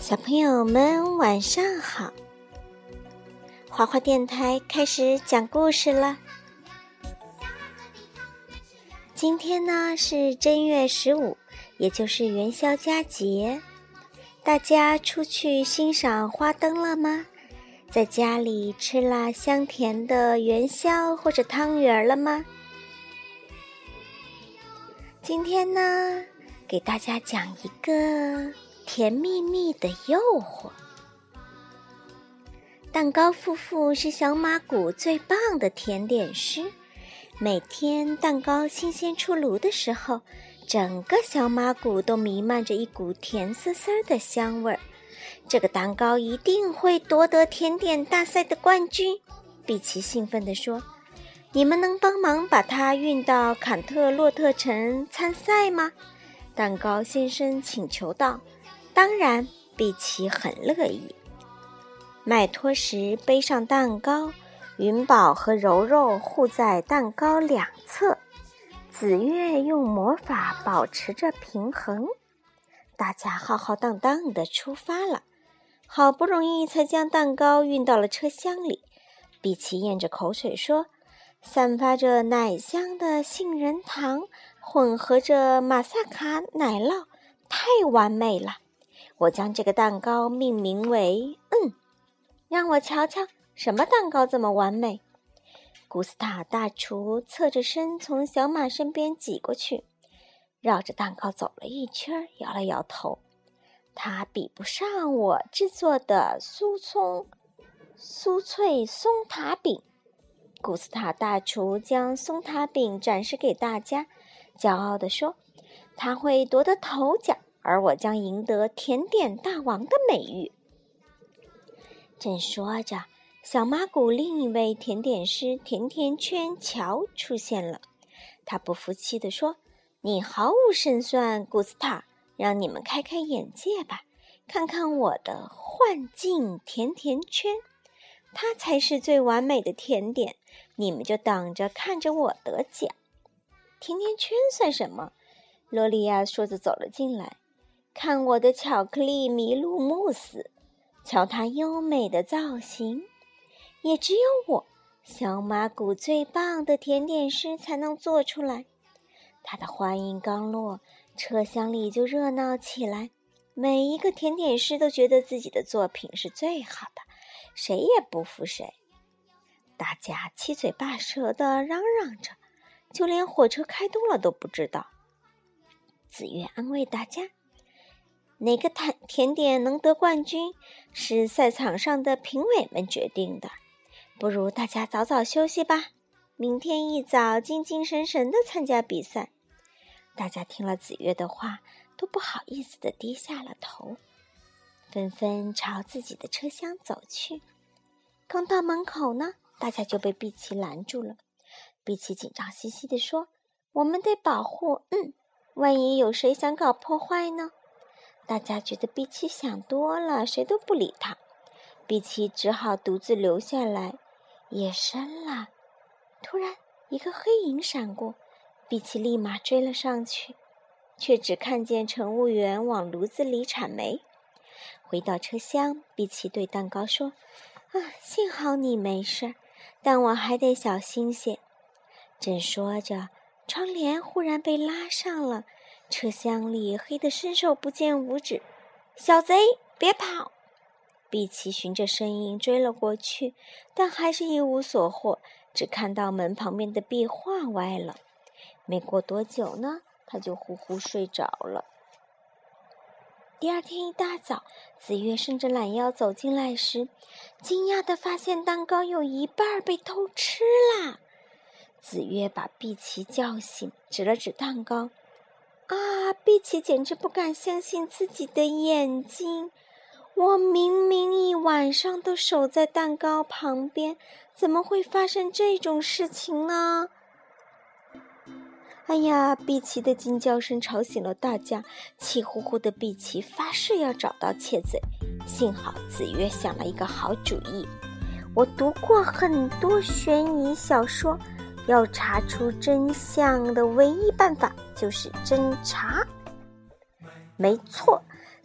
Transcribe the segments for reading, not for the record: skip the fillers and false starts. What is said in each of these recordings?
小朋友们晚上好，花花电台开始讲故事了。今天呢是正月15，也就是元宵佳节，大家出去欣赏花灯了吗？在家里吃了香甜的元宵或者汤圆了吗？今天呢给大家讲一个甜蜜蜜的诱惑。蛋糕夫妇是小马谷最棒的甜点师，每天蛋糕新鲜出炉的时候，整个小马谷都弥漫着一股甜丝丝的香味儿。这个蛋糕一定会夺得甜点大赛的冠军，碧琪兴奋地说，你们能帮忙把它运到坎特洛特城参赛吗？蛋糕先生请求道。当然，碧琪很乐意。麦托什背上蛋糕，云宝和柔柔护在蛋糕两侧，紫月用魔法保持着平衡。大家浩浩荡荡地出发了，好不容易才将蛋糕运到了车厢里。碧琪咽着口水说，散发着奶香的杏仁糖混合着马萨卡奶酪，太完美了。我将这个蛋糕命名为让我瞧瞧，什么蛋糕这么完美？古斯塔大厨侧着身从小马身边挤过去，绕着蛋糕走了一圈，摇了摇头。它比不上我制作的酥脆松塔饼。古斯塔大厨将松塔饼展示给大家，骄傲地说，他会夺得头奖，而我将赢得甜点大王的美誉。正说着，小马谷另一位甜点师甜甜圈乔出现了。他不服气地说，你毫无胜算，古斯塔，让你们开开眼界吧，看看我的幻境甜甜圈，它才是最完美的甜点，你们就等着看着我得奖。甜甜圈算什么？罗莉亚说着走了进来，看我的巧克力麋鹿慕斯，瞧它优美的造型，也只有我小马谷最棒的甜点师才能做出来。他的话音刚落，车厢里就热闹起来，每一个甜点师都觉得自己的作品是最好的，谁也不服谁。大家七嘴八舌地嚷嚷着，就连火车开动了都不知道。紫月安慰大家，哪个甜点能得冠军是赛场上的评委们决定的，不如大家早早休息吧，明天一早精精神神地参加比赛。大家听了紫月的话，都不好意思地低下了头，纷纷朝自己的车厢走去。刚到门口呢，大家就被碧琪拦住了。碧琪紧张兮兮地说，我们得保护万一有谁想搞破坏呢？大家觉得碧琪想多了，谁都不理他。碧琪只好独自留下来。夜深了，突然一个黑影闪过，碧琪立马追了上去，却只看见乘务员往炉子里铲煤。回到车厢，碧琪对蛋糕说，幸好你没事，但我还得小心些。正说着，窗帘忽然被拉上了，车厢里黑得伸手不见五指。小贼，别跑！碧琪循着声音追了过去，但还是一无所获，只看到门旁边的壁画歪了。没过多久呢，他就呼呼睡着了。第二天一大早，紫月伸着懒腰走进来时，惊讶地发现蛋糕有一半被偷吃啦。紫月把碧琪叫醒，指了指蛋糕。碧琪简直不敢相信自己的眼睛，我明明一晚上都守在蛋糕旁边，怎么会发生这种事情呢？哎呀，碧琪的惊叫声吵醒了大家，气呼呼的碧琪发誓要找到窃贼。幸好紫月想了一个好主意，我读过很多悬疑小说，要查出真相的唯一办法就是侦查。没错，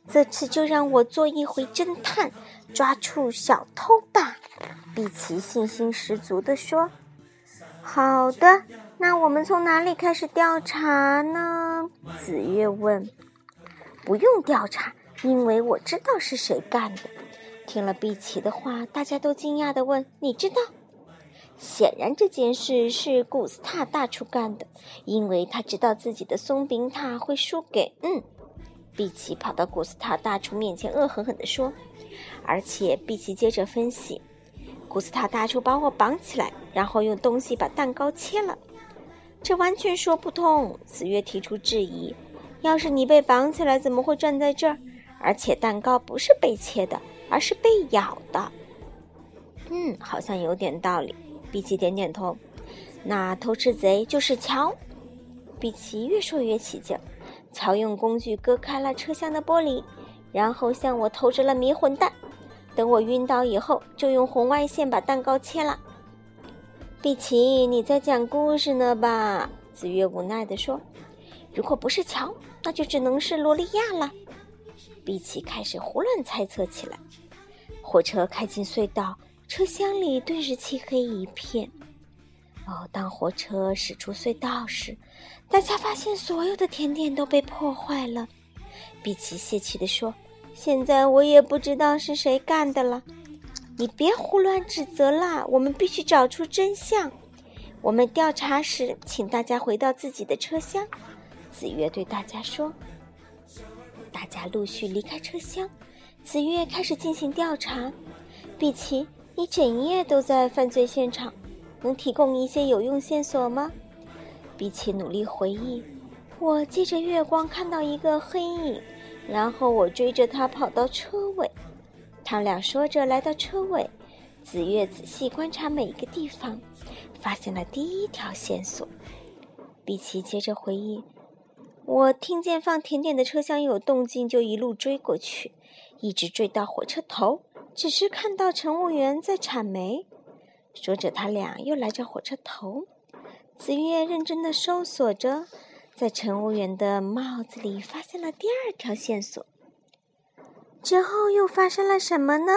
这次就让我做一回侦探，抓住小偷吧。碧琪信心十足地说。好的，那我们从哪里开始调查呢？紫月问。不用调查，因为我知道是谁干的。听了碧琪的话，大家都惊讶地问，你知道？显然这件事是古斯塔大厨干的，因为他知道自己的松饼塔会输给碧琪跑到古斯塔大厨面前恶狠狠地说。而且碧琪接着分析，古斯塔大厨把我绑起来，然后用东西把蛋糕切了。这完全说不通，紫月提出质疑。要是你被绑起来，怎么会站在这儿？而且蛋糕不是被切的，而是被咬的。好像有点道理。碧琪点点头。那偷吃贼就是乔。碧琪越说越起劲。乔用工具割开了车厢的玻璃，然后向我投掷了迷魂弹。等我晕倒以后，就用红外线把蛋糕切了。碧琪，你在讲故事呢吧？紫月无奈地说。如果不是乔，那就只能是罗莉亚了。碧琪开始胡乱猜测起来。火车开进隧道，车厢里顿时漆黑一片。当火车驶出隧道时，大家发现所有的甜点都被破坏了。碧琪泄气地说，现在我也不知道是谁干的了。你别胡乱指责啦，我们必须找出真相。我们调查时，请大家回到自己的车厢。紫月对大家说。大家陆续离开车厢，紫月开始进行调查。碧琪，你整夜都在犯罪现场，能提供一些有用线索吗？碧琪努力回忆，我借着月光看到一个黑影，然后我追着他跑到车尾。他俩说着来到车尾，紫月仔细观察每一个地方，发现了第一条线索。碧琪接着回忆，我听见放甜点的车厢有动静，就一路追过去，一直追到火车头，只是看到乘务员在铲煤。说着他俩又来到火车头。紫月认真地搜索着，在乘务员的帽子里发现了第二条线索。之后又发生了什么呢？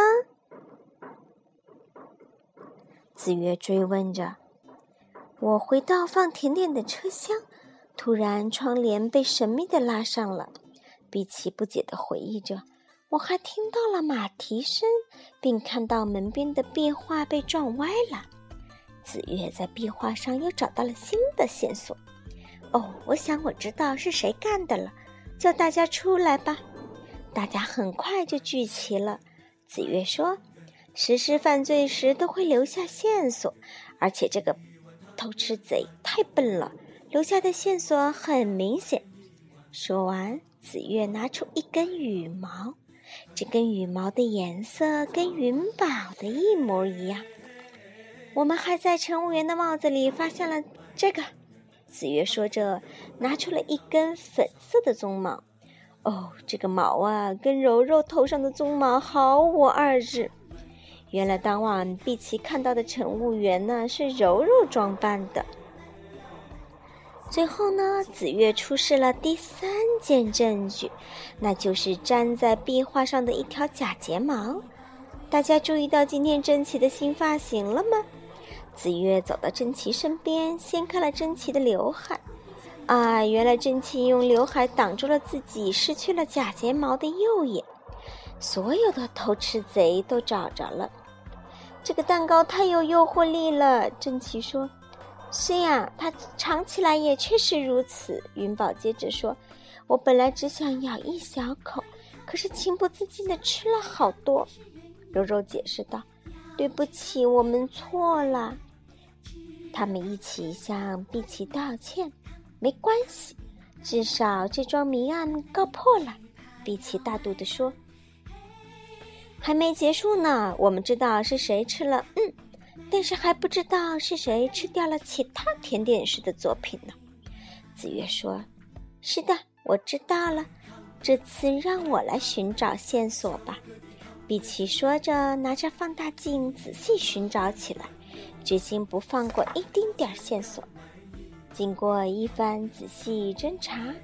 紫月追问着。我回到放甜点的车厢，突然窗帘被神秘地拉上了。碧琪不解地回忆着，我还听到了马蹄声，并看到门边的壁画被撞歪了。紫月在壁画上又找到了新的线索。我想我知道是谁干的了，叫大家出来吧。大家很快就聚齐了。紫月说，实施犯罪时都会留下线索，而且这个偷吃贼太笨了，留下的线索很明显。说完，紫月拿出一根羽毛，这根羽毛的颜色跟云宝的一模一样。我们还在乘务员的帽子里发现了这个。紫月说着，拿出了一根粉色的鬃毛。这个毛啊，跟柔柔头上的鬃毛毫无二致。原来当晚碧琪看到的乘务员呢，是柔柔装扮的。最后呢，紫月出示了第三件证据，那就是粘在壁画上的一条假睫毛。大家注意到今天珍奇的新发型了吗？紫月走到珍奇身边，掀开了珍奇的刘海。原来珍奇用刘海挡住了自己失去了假睫毛的右眼。所有的偷吃贼都找着了。这个蛋糕太有诱惑力了，珍奇说。是呀，它尝起来也确实如此，云宝接着说。我本来只想咬一小口，可是情不自禁地吃了好多。柔柔解释道，对不起，我们错了。他们一起向碧琪道歉。没关系，至少这桩谜案告破了，碧琪大度地说。还没结束呢，我们知道是谁吃了但是还不知道是谁吃掉了其他甜点师的作品呢。紫月说，是的，我知道了，这次让我来寻找线索吧。碧琪说着，拿着放大镜仔细寻找起来，决心不放过一丁点线索。经过一番仔细侦查，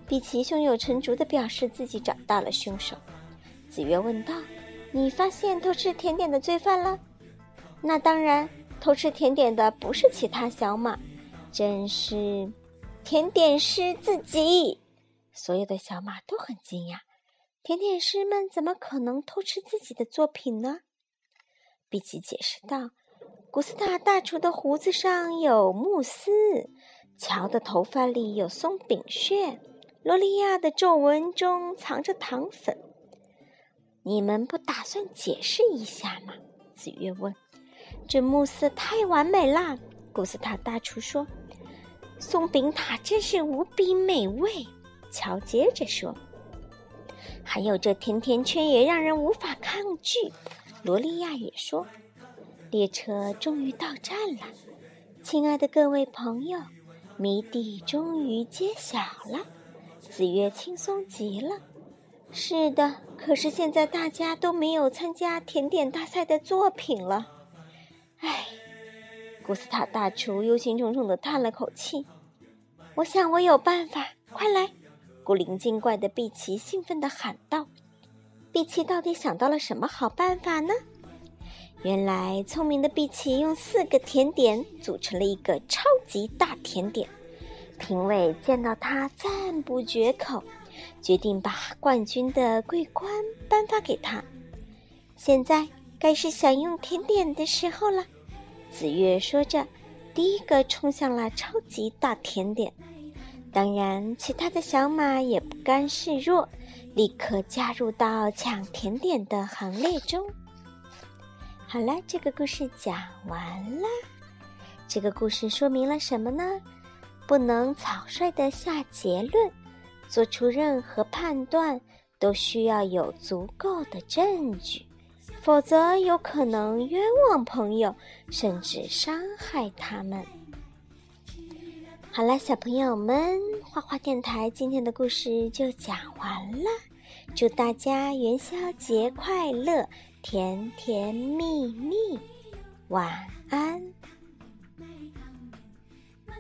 碧琪胸有成竹地表示自己找到了凶手。紫月问道：“你发现偷吃甜点的罪犯了？”“那当然，偷吃甜点的不是其他小马，正是甜点师自己。”所有的小马都很惊讶，甜点师们怎么可能偷吃自己的作品呢？碧琪解释道：“古斯塔大厨的胡子上有慕斯，乔的头发里有松饼屑，罗莉亚的皱纹中藏着糖粉。”“你们不打算解释一下吗？”紫月问。“这慕斯太完美啦！”古斯塔大厨说。“松饼塔真是无比美味。”乔接着说。“还有这甜甜圈也让人无法抗拒。”罗莉亚也说。“列车终于到站了，亲爱的各位朋友，谜底终于揭晓了。”紫月轻松极了。“是的，可是现在大家都没有参加甜点大赛的作品了。”“唉。”古斯塔大厨忧心忡忡地叹了口气。“我想我有办法，快来！”古灵精怪的碧琪兴奋地喊道。碧琪到底想到了什么好办法呢？原来聪明的碧琪用4个甜点组成了一个超级大甜点，评委见到它赞不绝口，决定把冠军的桂冠颁发给他。“现在该是享用甜点的时候了。”紫月说着，第一个冲向了超级大甜点。当然，其他的小马也不甘示弱，立刻加入到抢甜点的行列中。好了，这个故事讲完了。这个故事说明了什么呢？不能草率地下结论，做出任何判断都需要有足够的证据，否则有可能冤枉朋友，甚至伤害他们。好了，小朋友们，花花电台今天的故事就讲完了。祝大家元宵节快乐，甜甜蜜蜜，晚安。